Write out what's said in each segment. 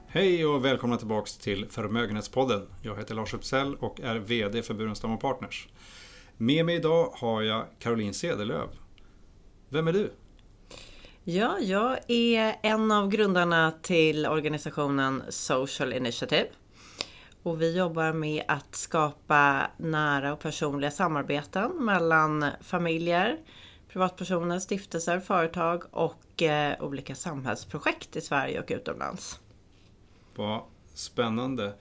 Hej och välkomna tillbaka till Förmögenhetspodden. Jag heter Lars Uppsell och är vd för Burenstam & Partners. Med mig idag har jag Caroline Cederlöv. Vem är du? Ja, jag är en av grundarna till organisationen Social Initiative. Och vi jobbar med att skapa nära och personliga samarbeten mellan familjer, privatpersoner, stiftelser, företag och olika samhällsprojekt i Sverige och utomlands. Vad spännande.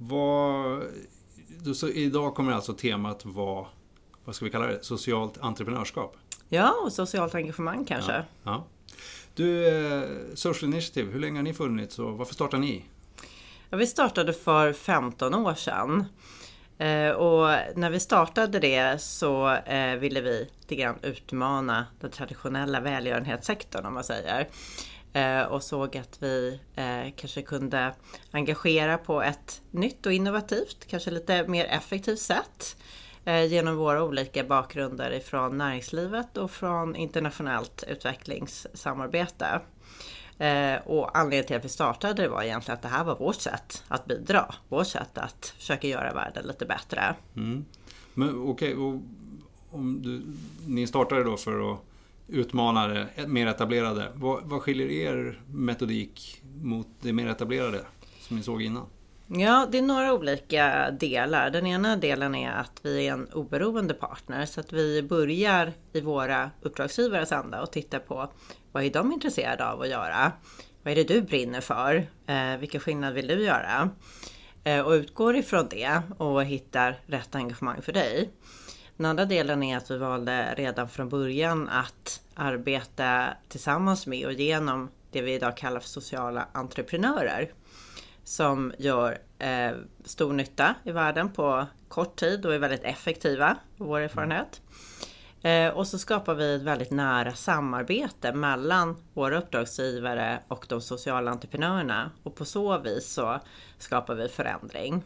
Så idag kommer alltså temat vara, vad ska vi kalla det, socialt entreprenörskap? Ja, och socialt engagemang kanske. Ja. Du, Social Initiative, hur länge har ni funnits och varför startade ni? Ja, vi startade för 15 år sedan. Och när vi startade det så ville vi lite grann utmana den traditionella välgörenhetssektorn, om man säger. Och såg att vi kanske kunde engagera på ett nytt och innovativt, kanske lite mer effektivt sätt genom våra olika bakgrunder ifrån näringslivet och från internationellt utvecklingssamarbete. Och anledningen till att vi startade var egentligen att det här var vårt sätt att bidra, vårt sätt att försöka göra världen lite bättre. Mm. Men okej, och ni startade då för att utmana det mer etablerade. Vad skiljer er metodik mot det mer etablerade som ni såg innan? Ja, det är några olika delar. Den ena delen är att vi är en oberoende partner, så att vi börjar i våra uppdragsgivares ända och tittar på vad är de intresserade av att göra? Vad är det du brinner för? Vilka skillnad vill du göra? Och utgår ifrån det och hittar rätt engagemang för dig. Den andra delen är att vi valde redan från början att arbeta tillsammans med och genom det vi idag kallar för sociala entreprenörer. Som gör stor nytta i världen på kort tid och är väldigt effektiva på vår erfarenhet. Och så skapar vi ett väldigt nära samarbete mellan våra uppdragsgivare och de sociala entreprenörerna. Och på så vis så skapar vi förändring.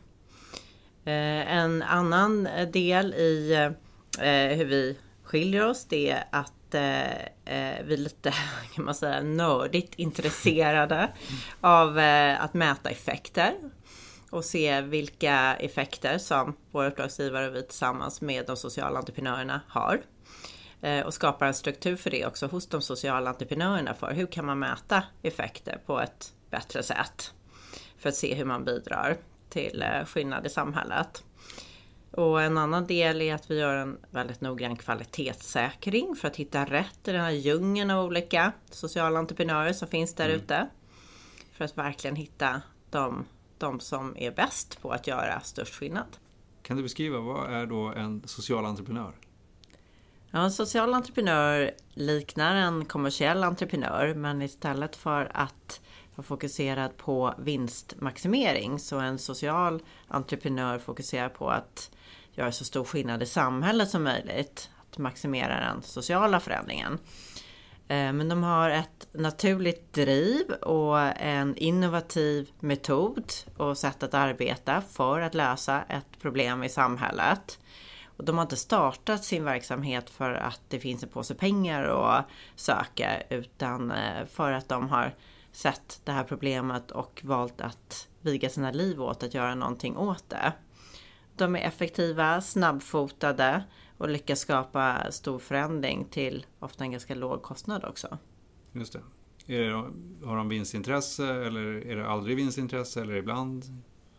En annan del i hur vi skiljer oss, det är att vi är lite, kan man säga, nördigt intresserade av att mäta effekter och se vilka effekter som våra uppdragsgivare och vi tillsammans med de sociala entreprenörerna har. Och skapar en struktur för det också hos de sociala entreprenörerna för hur kan man mäta effekter på ett bättre sätt för att se hur man bidrar till skillnad i samhället. Och en annan del är att vi gör en väldigt noggrann kvalitetssäkring för att hitta rätt i den här djungeln av olika sociala entreprenörer som finns där ute. För att verkligen hitta de som är bäst på att göra störst skillnad. Kan du beskriva, vad är då en social entreprenör? Ja, en social entreprenör liknar en kommersiell entreprenör, men istället för att vara fokuserad på vinstmaximering så en social entreprenör fokuserar på att göra så stor skillnad i samhället som möjligt, att maximera den sociala förändringen. Men de har ett naturligt driv och en innovativ metod och sätt att arbeta för att lösa ett problem i samhället. Och de har inte startat sin verksamhet för att det finns en påse pengar att söka, utan för att de har sett det här problemet och valt att viga sina liv åt att göra någonting åt det. De är effektiva, snabbfotade och lyckas skapa stor förändring till ofta en ganska låg kostnad också. Just det. Har de vinstintresse eller är det aldrig vinstintresse eller ibland?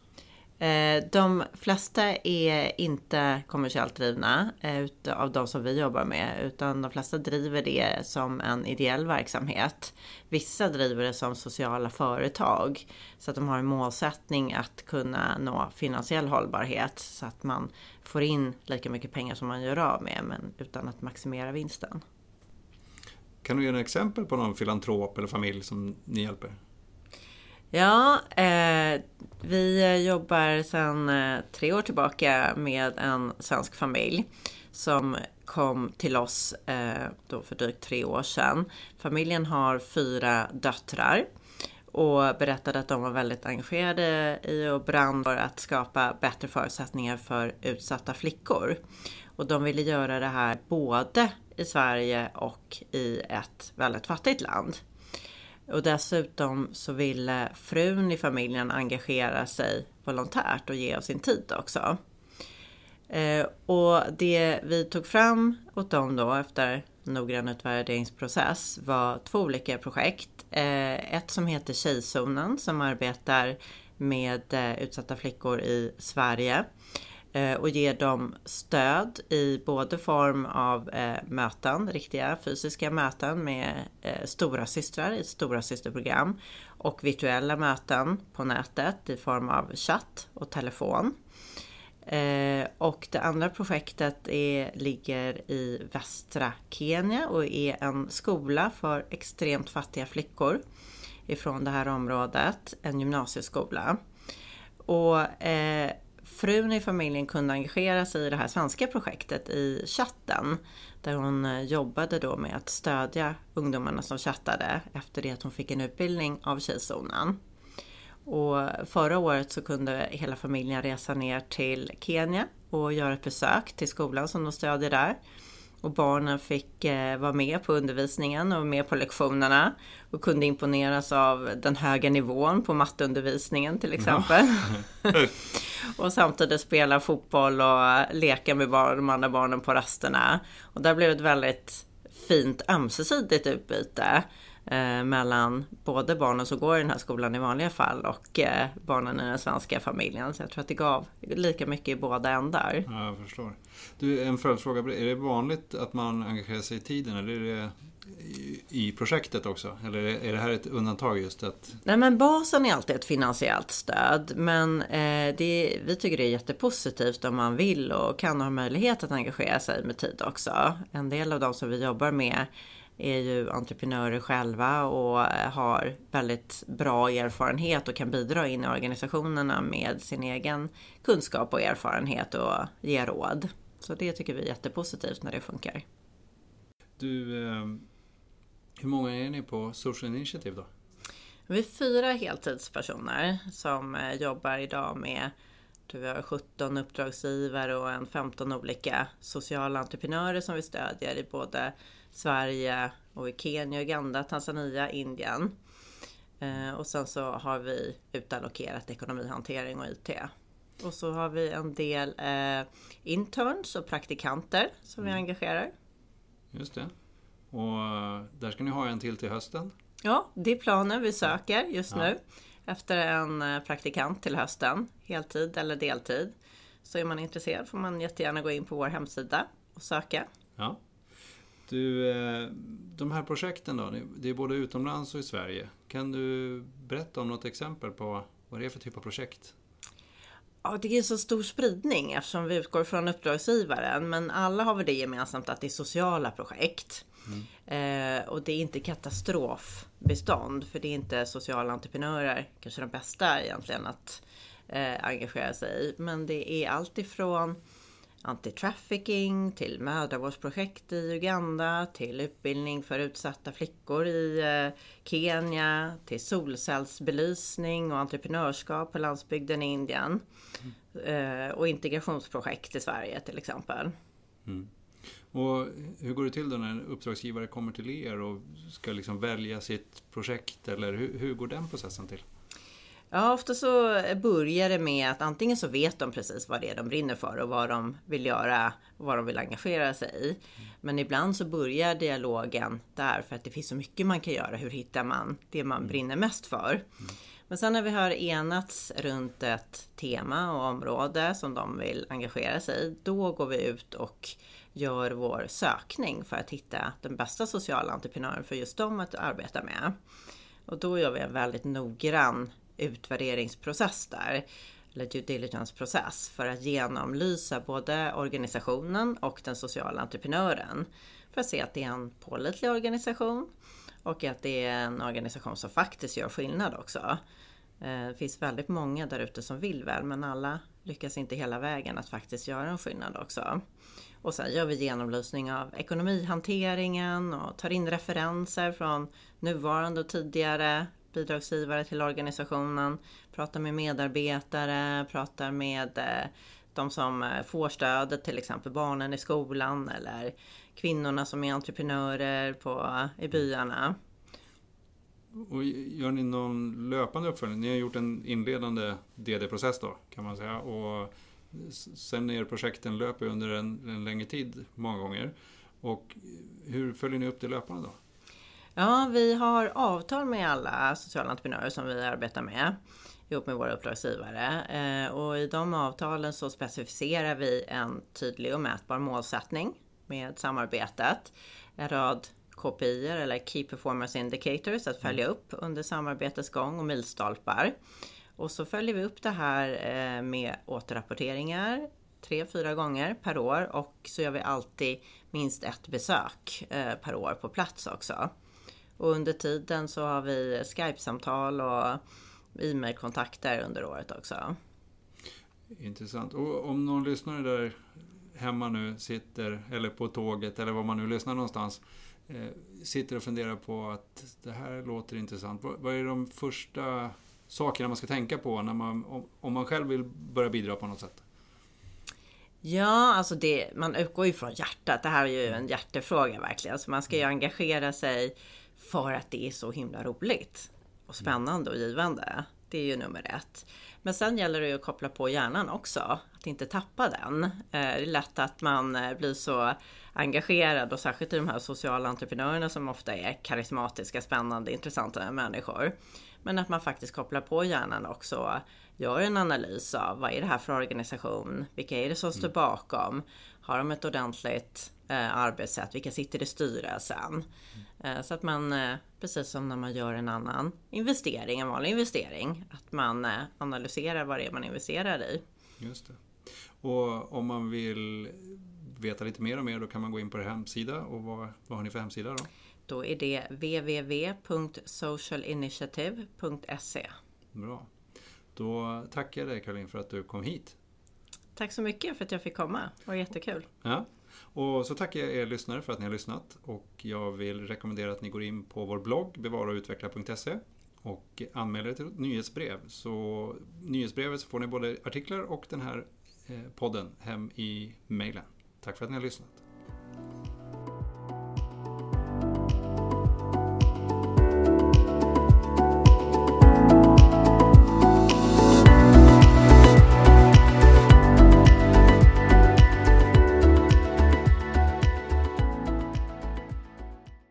De flesta är inte kommersiellt drivna av de som vi jobbar med, utan de flesta driver det som en ideell verksamhet. Vissa driver det som sociala företag så att de har en målsättning att kunna nå finansiell hållbarhet så att man får in lika mycket pengar som man gör av med, men utan att maximera vinsten. Kan du ge en exempel på någon filantrop eller familj som ni hjälper? Ja, vi jobbar sedan 3 år tillbaka med en svensk familj som kom till oss då för drygt 3 år sedan. Familjen har 4 döttrar och berättade att de var väldigt engagerade i och brann för att skapa bättre förutsättningar för utsatta flickor. Och de ville göra det här både i Sverige och i ett väldigt fattigt land. Och dessutom så ville frun i familjen engagera sig volontärt och ge av sin tid också. Och det vi tog fram åt dem då efter noggrann utvärderingsprocess var 2 olika projekt. Ett som heter Tjejzonen som arbetar med utsatta flickor i Sverige och ger dem stöd i både form av möten, riktiga fysiska möten med stora systrar i ett stora systerprogram och virtuella möten på nätet i form av chatt och telefon. Och det andra projektet ligger i västra Kenya och är en skola för extremt fattiga flickor ifrån det här området, en gymnasieskola. Och frun i familjen kunde engagera sig i det här svenska projektet i chatten där hon jobbade då med att stödja ungdomarna som chattade efter det att hon fick en utbildning av Tjejzonen. Och förra året så kunde hela familjen resa ner till Kenya och göra ett besök till skolan som de stödjer där. Och barnen fick vara med på undervisningen och med på lektionerna och kunde imponeras av den höga nivån på matteundervisningen till exempel. Ja. Och samtidigt spela fotboll och leka med de andra barnen på rasterna. Och där blev ett väldigt fint ömsesidigt utbyte mellan både barnen som går i den här skolan i vanliga fall och barnen i den svenska familjen. Så jag tror att det gav lika mycket i båda ändar. Ja, jag förstår. Du, en följdfråga. Är det vanligt att man engagerar sig i tiden eller är det i projektet också? Eller är det här ett undantag just att... Nej, men basen är alltid ett finansiellt stöd. Men vi tycker det är jättepositivt om man vill och kan ha möjlighet att engagera sig med tid också. En del av de som vi jobbar med är ju entreprenörer själva och har väldigt bra erfarenhet och kan bidra in i organisationerna med sin egen kunskap och erfarenhet och ge råd. Så det tycker vi är jättepositivt när det funkar. Du, hur många är ni på Social Initiative då? Vi är 4 heltidspersoner som jobbar idag med vi har 17 uppdragsgivare och 15 olika sociala entreprenörer som vi stödjer i både Sverige och i Kenya, Uganda, Tanzania, Indien. Och sen så har vi utallokerat ekonomihantering och IT. Och så har vi en del interns och praktikanter som vi engagerar. Just det. Och där ska ni ha en till hösten? Ja, det är planen vi söker just nu. Efter en praktikant till hösten, heltid eller deltid. Så är man intresserad får man jättegärna gå in på vår hemsida och söka. Ja. Du, de här projekten då, det är både utomlands och i Sverige. Kan du berätta om något exempel på vad det är för typ av projekt? Ja, det är så stor spridning eftersom vi utgår från uppdragsgivaren. Men alla har väl det gemensamt att det är sociala projekt. Och det är inte katastrofbestånd. För det är inte sociala entreprenörer kanske de bästa egentligen att engagera sig i. Men det är allt ifrån anti-trafficking till mödravårdsprojekt i Uganda, till utbildning för utsatta flickor i Kenya, till solcellsbelysning och entreprenörskap på landsbygden i Indien och integrationsprojekt i Sverige till exempel. Mm. Och hur går det till då när en uppdragsgivare kommer till er och ska liksom välja sitt projekt eller hur går den processen till? Ja, ofta så börjar det med att antingen så vet de precis vad det är de brinner för och vad de vill göra och vad de vill engagera sig i. Men ibland så börjar dialogen där för att det finns så mycket man kan göra. Hur hittar man det man brinner mest för? Men sen när vi har enats runt ett tema och område som de vill engagera sig i, då går vi ut och gör vår sökning för att hitta den bästa sociala entreprenören för just dem att arbeta med. Och då gör vi en väldigt noggrann utvärderingsprocess där, eller due diligence-process, för att genomlysa både organisationen och den sociala entreprenören för att se att det är en pålitlig organisation och att det är en organisation som faktiskt gör skillnad också. Det finns väldigt många där ute som vill väl, men alla lyckas inte hela vägen att faktiskt göra en skillnad också. Och sen gör vi genomlysning av ekonomihanteringen och tar in referenser från nuvarande och tidigare bidragsgivare till organisationen, pratar med medarbetare, pratar med de som får stödet, till exempel barnen i skolan eller kvinnorna som är entreprenörer i byarna. Och gör ni någon löpande uppföljning? Ni har gjort en inledande DD-process då, kan man säga. Och sen är projekten löper under en längre tid många gånger. Och hur följer ni upp det löpande då? Ja, vi har avtal med alla sociala entreprenörer som vi arbetar med ihop med våra uppdragsgivare. Och i de avtalen så specificerar vi en tydlig och mätbar målsättning med samarbetet. En rad KPI:er eller Key Performance Indicators att följa upp under samarbetets gång och milstolpar. Och så följer vi upp det här med återrapporteringar 3-4 gånger per år, och så gör vi alltid minst ett besök per år på plats också. Och under tiden så har vi Skype-samtal och e-mailkontakter under året också. Intressant. Och om någon lyssnare där hemma nu sitter, eller på tåget eller var man nu lyssnar någonstans, sitter och funderar på att det här låter intressant. Vad är de första sakerna man ska tänka på när om man själv vill börja bidra på något sätt? Ja, alltså man utgår ju från hjärtat. Det här är ju en hjärtefråga verkligen. Så man ska ju engagera sig för att det är så himla roligt och spännande och givande. Det är ju nummer 1. Men sen gäller det ju att koppla på hjärnan också. Att inte tappa den. Det är lätt att man blir så engagerad, och särskilt i de här sociala entreprenörerna som ofta är karismatiska, spännande, intressanta människor. Men att man faktiskt kopplar på hjärnan också. Gör en analys av vad är det här för organisation? Vilka är det som står bakom? Har de ett ordentligt arbetssätt? Vilka sitter i styrelsen? Så att man, precis som när man gör en annan investering, en vanlig investering, att man analyserar vad det är man investerar i. Just det. Och om man vill veta lite mer och mer, då kan man gå in på er hemsida. Och vad har ni för hemsida då? Då är det www.socialinitiative.se. Bra. Då tackar jag dig, Caroline, för att du kom hit. Tack så mycket för att jag fick komma. Det var jättekul. Ja. Och så tackar jag er lyssnare för att ni har lyssnat. Och jag vill rekommendera att ni går in på vår blogg bevaraoutveckla.se och anmäler er till nyhetsbrev. Så nyhetsbrevet så får ni både artiklar och den här podden hem i mejlen. Tack för att ni har lyssnat.